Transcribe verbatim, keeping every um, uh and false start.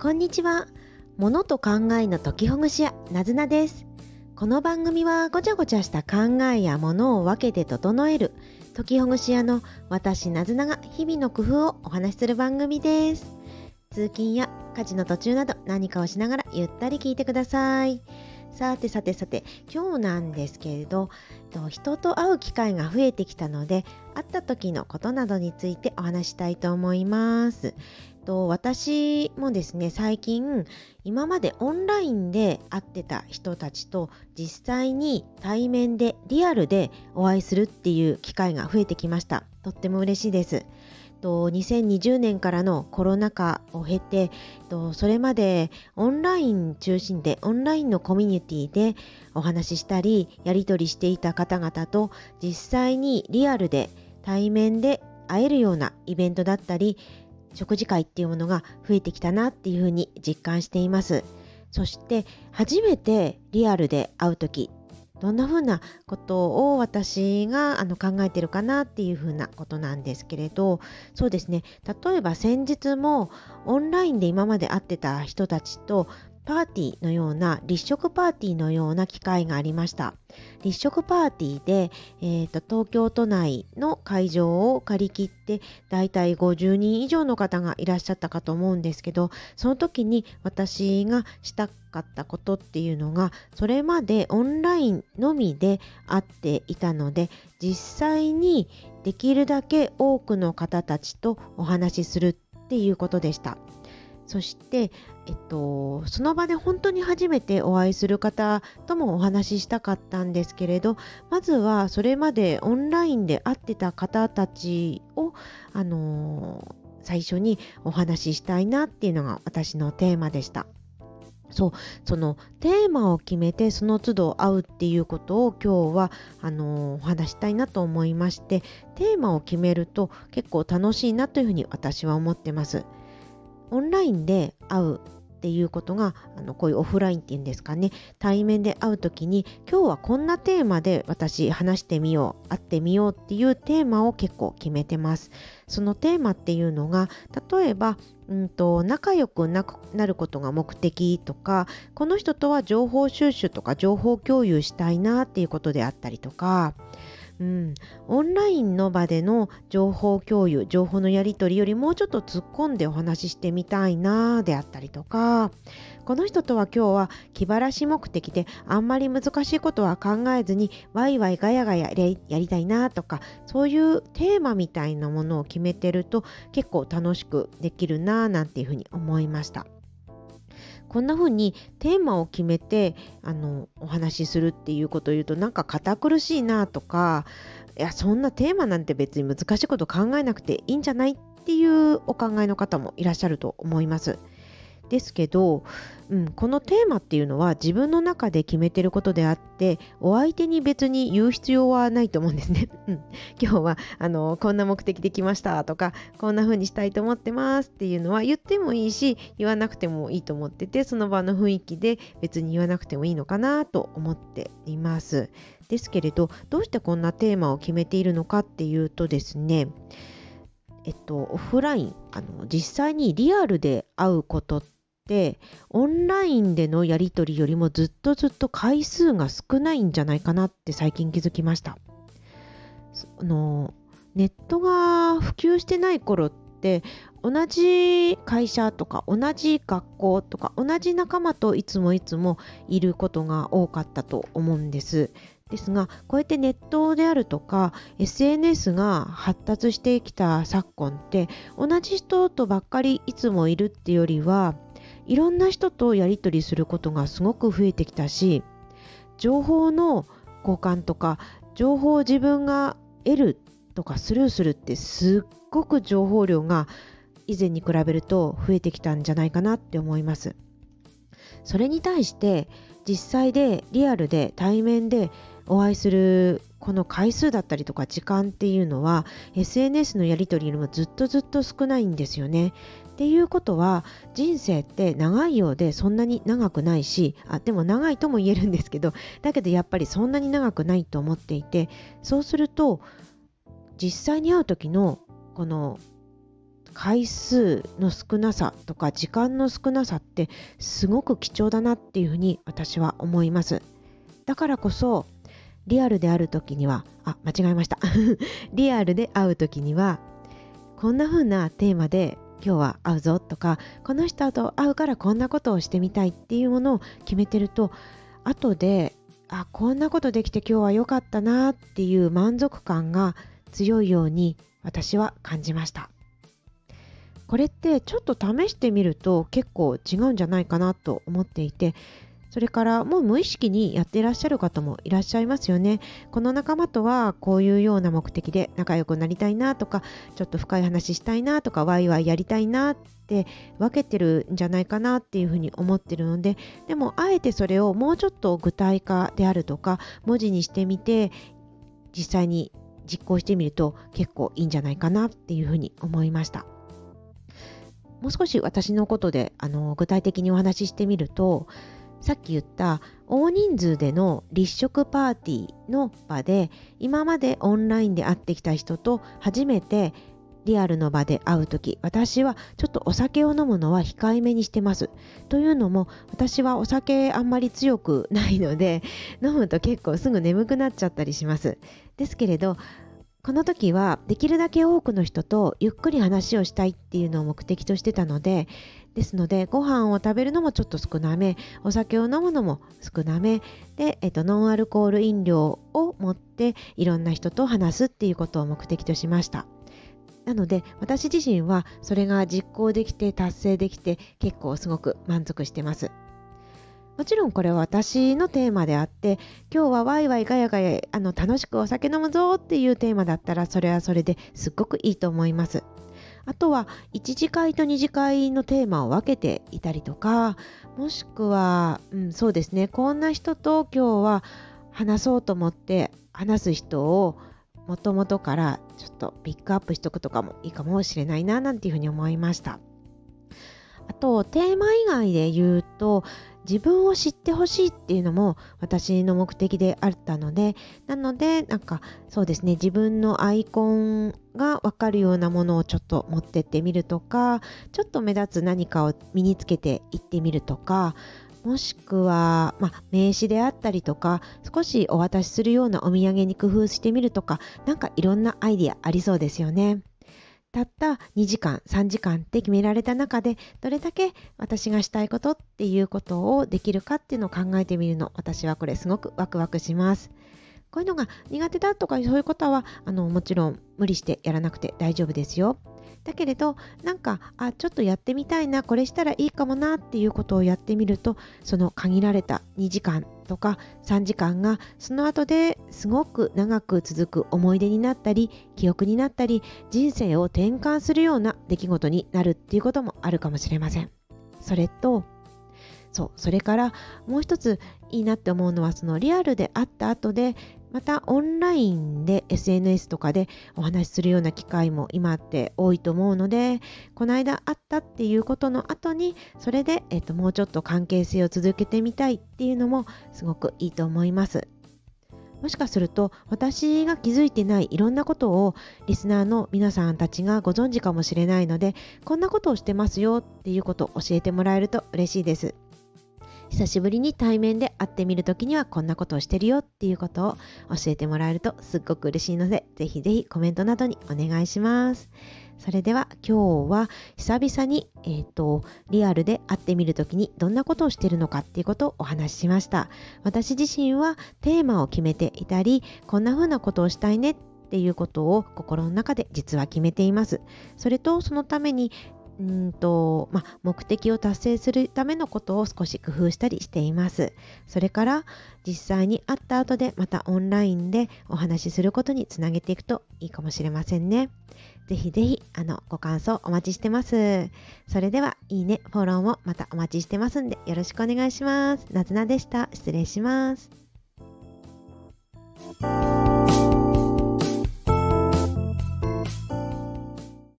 こんにちは。物と考えの解きほぐし屋、なずなです。この番組はごちゃごちゃした考えや物を分けて整える解きほぐし屋の私なずなが日々の工夫をお話しする番組です。通勤や家事の途中など何かをしながらゆったり聞いてください。さてさてさて、今日なんですけれど、人と会う機会が増えてきたので、会った時のことなどについてお話したいと思います。私もですね、最近今までオンラインで会ってた人たちと実際に対面でリアルでお会いするっていう機会が増えてきました。とっても嬉しいです。にせんにじゅうねんからのコロナ禍を経て、それまでオンライン中心でオンラインのコミュニティでお話ししたりやり取りしていた方々と実際にリアルで対面で会えるようなイベントだったり食事会っていうものが増えてきたなっていうふうに実感しています。そして初めてリアルで会うとき、どんなふうなことを私があの考えてるかなっていうふうなことなんですけれど、そうですね、例えば先日もオンラインで今まで会ってた人たちとパーティーのような立食パーティーのような機会がありました。立食パーティーで、えーと、東京都内の会場を借り切ってだいたいごじゅうにん以上の方がいらっしゃったかと思うんですけど、その時に私がしたかったことっていうのが、それまでオンラインのみで会っていたので、実際にできるだけ多くの方たちとお話しするっていうことでした。そして、えっと、その場で本当に初めてお会いする方ともお話ししたかったんですけれど、まずはそれまでオンラインで会ってた方たちを、あのー、最初にお話ししたいなっていうのが私のテーマでした。そう、そのテーマを決めてその都度会うっていうことを今日はあのー、お話したいなと思いまして、テーマを決めると結構楽しいなというふうに私は思ってます。オンラインで会うっていうことがあのこういうオフラインっていうんですかね、対面で会うときに今日はこんなテーマで私話してみよう会ってみようっていうテーマを結構決めてます。そのテーマっていうのが例えばうんと仲良くなることが目的とか、この人とは情報収集とか情報共有したいなっていうことであったりとか、うん、オンラインの場での情報共有、情報のやり取りよりもうちょっと突っ込んでお話ししてみたいなであったりとか、この人とは今日は気晴らし目的であんまり難しいことは考えずにワイワイガヤガヤやりたいなとか、そういうテーマみたいなものを決めてると結構楽しくできるななんていうふうに思いました。こんな風にテーマを決めてあのお話しするっていうことを言うとなんか堅苦しいなとか、いやそんなテーマなんて別に難しいこと考えなくていいんじゃないっていうお考えの方もいらっしゃると思います。ですけど、うん、このテーマっていうのは自分の中で決めてることであってお相手に別に言う必要はないと思うんですね、うん、今日はあのこんな目的で来ましたとかこんな風にしたいと思ってますっていうのは言ってもいいし言わなくてもいいと思ってて、その場の雰囲気で別に言わなくてもいいのかなと思っています。ですけれど、どうしてこんなテーマを決めているのかっていうとですね、えっと、オフラインあの実際にリアルで会うことってでオンラインでのやり取りよりもずっとずっと回数が少ないんじゃないかなって最近気づきました。あのネットが普及してない頃って同じ会社とか同じ学校とか同じ仲間といつもいつもいることが多かったと思うんです。ですがこうやってネットであるとか エスエヌエス が発達してきた昨今って同じ人とばっかりいつもいるってよりはいろんな人とやり取りすることがすごく増えてきたし、情報の交換とか情報を自分が得るとかスルーするってすっごく情報量が以前に比べると増えてきたんじゃないかなって思います。それに対して実際でリアルで対面でお会いするこの回数だったりとか時間っていうのは エスエヌエス のやり取りよりもずっとずっと少ないんですよね。っていうことは人生って長いようでそんなに長くないし、あでも長いとも言えるんですけど、だけどやっぱりそんなに長くないと思っていて、そうすると実際に会う時のこの回数の少なさとか時間の少なさっってすごく貴重だなっていうふうに私は思います。だからこそリアルである時にはあ間違えましたリアルで会う時にはこんな風なテーマで今日は会うぞとか、この人と会うからこんなことをしてみたいっていうものを決めてると、後であこんなことできて今日は良かったなっていう満足感が強いように私は感じました。これってちょっと試してみると結構違うんじゃないかなと思っていて、それからもう無意識にやっていらっしゃる方もいらっしゃいますよね。この仲間とはこういうような目的で仲良くなりたいなとか、ちょっと深い話したいなとか、ワイワイやりたいなって分けてるんじゃないかなっていうふうに思ってるので、でもあえてそれをもうちょっと具体化であるとか文字にしてみて実際に実行してみると結構いいんじゃないかなっていうふうに思いました。もう少し私のことであの具体的にお話ししてみると、さっき言った大人数での立食パーティーの場で、今までオンラインで会ってきた人と初めてリアルの場で会うとき、私はちょっとお酒を飲むのは控えめにしてます。というのも、私はお酒あんまり強くないので、飲むと結構すぐ眠くなっちゃったりします。ですけれど、この時はできるだけ多くの人とゆっくり話をしたいっていうのを目的としてたので、ですのでご飯を食べるのもちょっと少なめ、お酒を飲むのも少なめで、えっと、ノンアルコール飲料を持っていろんな人と話すっていうことを目的としました。なので私自身はそれが実行できて達成できて結構すごく満足してます。もちろんこれは私のテーマであって、今日はワイワイガヤガヤあの楽しくお酒飲むぞっていうテーマだったら、それはそれですっごくいいと思います。あとはいち次会とに次会のテーマを分けていたりとか、もしくは、うん、そうですね、こんな人と今日は話そうと思って話す人をもともとからちょっとピックアップしとくとかもいいかもしれないななんていうふうに思いました。あとテーマ以外で言うと、自分を知ってほしいっていうのも私の目的であったので、なのでなんかそうですね、自分のアイコンが分かるようなものをちょっと持ってってみるとか、ちょっと目立つ何かを身につけていってみるとか、もしくは、まあ、名刺であったりとか、少しお渡しするようなお土産に工夫してみるとか、なんかいろんなアイディアありそうですよね。たったにじかんさんじかんって決められた中で、どれだけ私がしたいことっていうことをできるかっていうのを考えてみるの、私はこれすごくワクワクします。こういうのが苦手だとかそういうことはあのもちろん無理してやらなくて大丈夫ですよ。だけれどなんかあちょっとやってみたいな、これしたらいいかもなっていうことをやってみると、その限られたにじかんとかさんじかんがその後ですごく長く続く思い出になったり記憶になったり、人生を転換するような出来事になるっていうこともあるかもしれません。それとそうそれからもう一ついいなって思うのは、そのリアルで会った後でまたオンラインで エスエヌエス とかでお話しするような機会も今って多いと思うので、この間会ったっていうことの後にそれで、えっと、もうちょっと関係性を続けてみたいっていうのもすごくいいと思います。もしかすると私が気づいてないいろんなことをリスナーの皆さんたちがご存知かもしれないので、こんなことをしてますよっていうことを教えてもらえると嬉しいです。久しぶりに対面で会ってみるときにはこんなことをしてるよっていうことを教えてもらえるとすっごく嬉しいので、ぜひぜひコメントなどにお願いします。それでは今日は久々に、えーと、リアルで会ってみるときにどんなことをしているのかっていうことをお話ししました。私自身はテーマを決めていたり、こんな風なことをしたいねっていうことを心の中で実は決めています。それとそのためにうんとまあ、目的を達成するためのことを少し工夫したりしています。それから実際に会った後でまたオンラインでお話しすることにつなげていくといいかもしれませんね。ぜひぜひあのご感想お待ちしてます。それではいいね、フォローもまたお待ちしてますんでよろしくお願いします。なずなでした。失礼します。